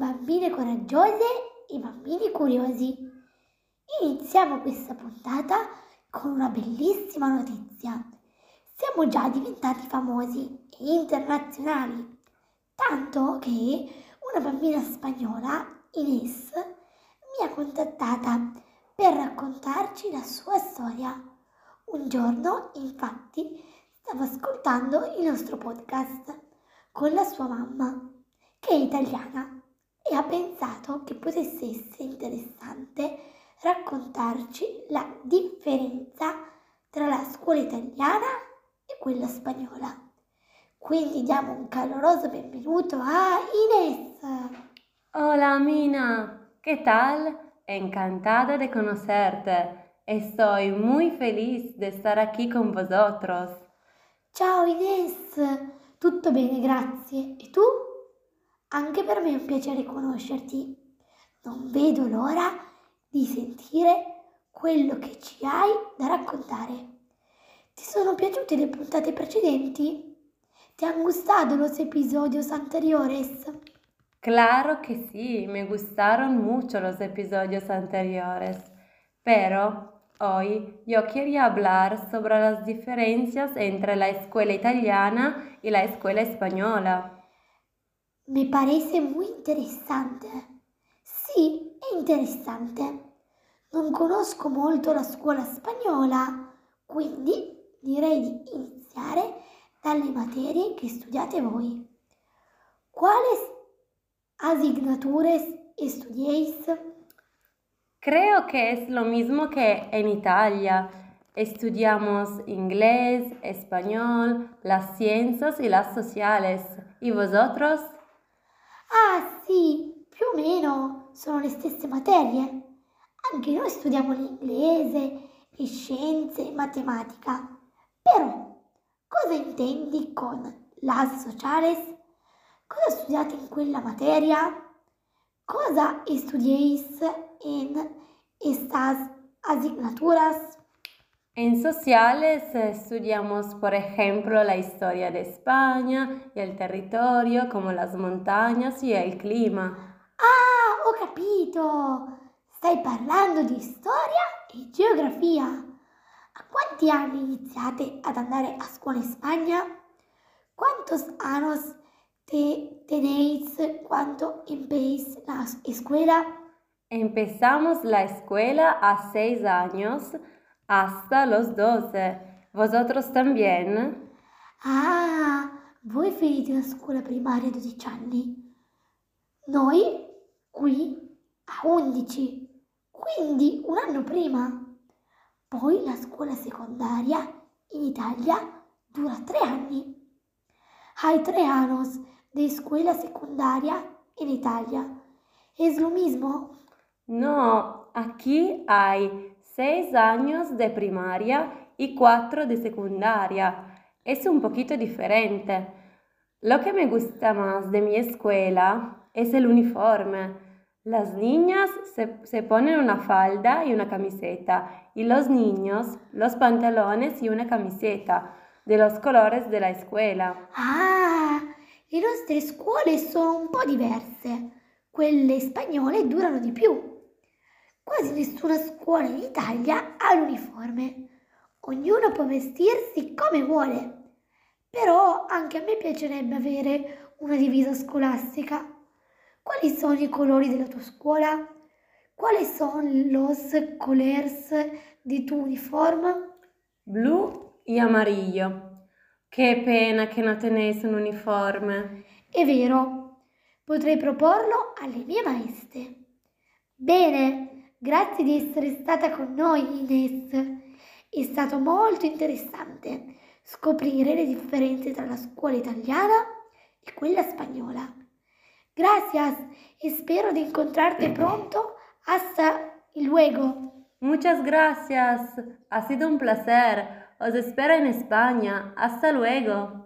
bambine coraggiose e bambini curiosi. Iniziamo questa puntata con una bellissima notizia. Siamo già diventati famosi e internazionali, tanto che una bambina spagnola, Inés, mi ha contattata per raccontarci la sua storia. Un giorno, infatti, stava ascoltando il nostro podcast con la sua mamma, che è italiana, e ha pensato che potesse essere interessante raccontarci la differenza tra la scuola italiana e quella spagnola. Quindi diamo un caloroso benvenuto a Inés. Hola, Mina, ¿qué tal? Encantada de conocerte. Estoy muy feliz de estar aquí con vosotros. Ciao Inés, tutto bene, grazie. E tu? Anche per me è un piacere conoscerti. Non vedo l'ora di sentire quello che ci hai da raccontare. Ti sono piaciute le puntate precedenti? ¿Te han gustado los episodios anteriores? Claro que sí, me gustaron mucho los episodios anteriores, pero hoy yo quería hablar sobre las diferencias entre la escuela italiana y la escuela española. Me parece muy interesante. Sì, è interessante. Non conosco molto la scuola spagnola, quindi direi di iniziare dalle materie che studiate voi. ¿Cuáles asignaturas estudiáis? Creo que es lo mismo que en Italia. Estudiamos inglés, español, las ciencias y las sociales. ¿Y vosotros? Ah sì, più o meno sono le stesse materie. Anche noi studiamo l'inglese, le scienze e matematica. Però, cosa intendi con las sociales? Cosa studiate in quella materia? Cosa estudiáis en estas asignaturas? En sociales estudiamos, por ejemplo, la historia de España y el territorio, como las montañas y el clima. Ah, ho capito! Stai parlando di storia e geografia. A quanti anni iniziate ad andare a scuola in Spagna? ¿Cuántos años tenéis cuando empecéis la escuela? Empezamos la escuela a 6 años hasta los 12. ¿Vosotros también? Ah, voi finite la scuola primaria a 12 anni. Noi qui a 11, quindi un anno prima. Poi la scuola secondaria in Italia dura 3 anni. Hay 3 años de escuela secundaria en Italia. ¿Es lo mismo? No, aquí hay 6 años de primaria y 4 de secundaria. Es un poquito diferente. Lo que me gusta más de mi escuela es el uniforme. Las niñas se ponen una falda y una camiseta y los niños los pantalones y una camiseta de los colores de la escuela. Ah, le nostre scuole sono un po' diverse. Quelle spagnole durano di più. Quasi nessuna scuola in Italia ha l'uniforme. Ognuno può vestirsi come vuole. Però anche a me piacerebbe avere una divisa scolastica. Quali sono i colori della tua scuola? ¿Cuáles son los colores de tu uniforme? Blu y amarillo. Qué pena che non tenéis un uniforme. È vero, potrei proporlo alle mie maestre. Bene, grazie di essere stata con noi, Inés. È stato molto interessante scoprire le differenze tra la scuola italiana e quella spagnola. Gracias, espero de encontrarte pronto. Hasta luego. Muchas gracias. Ha sido un placer. Os espero en España. Hasta luego.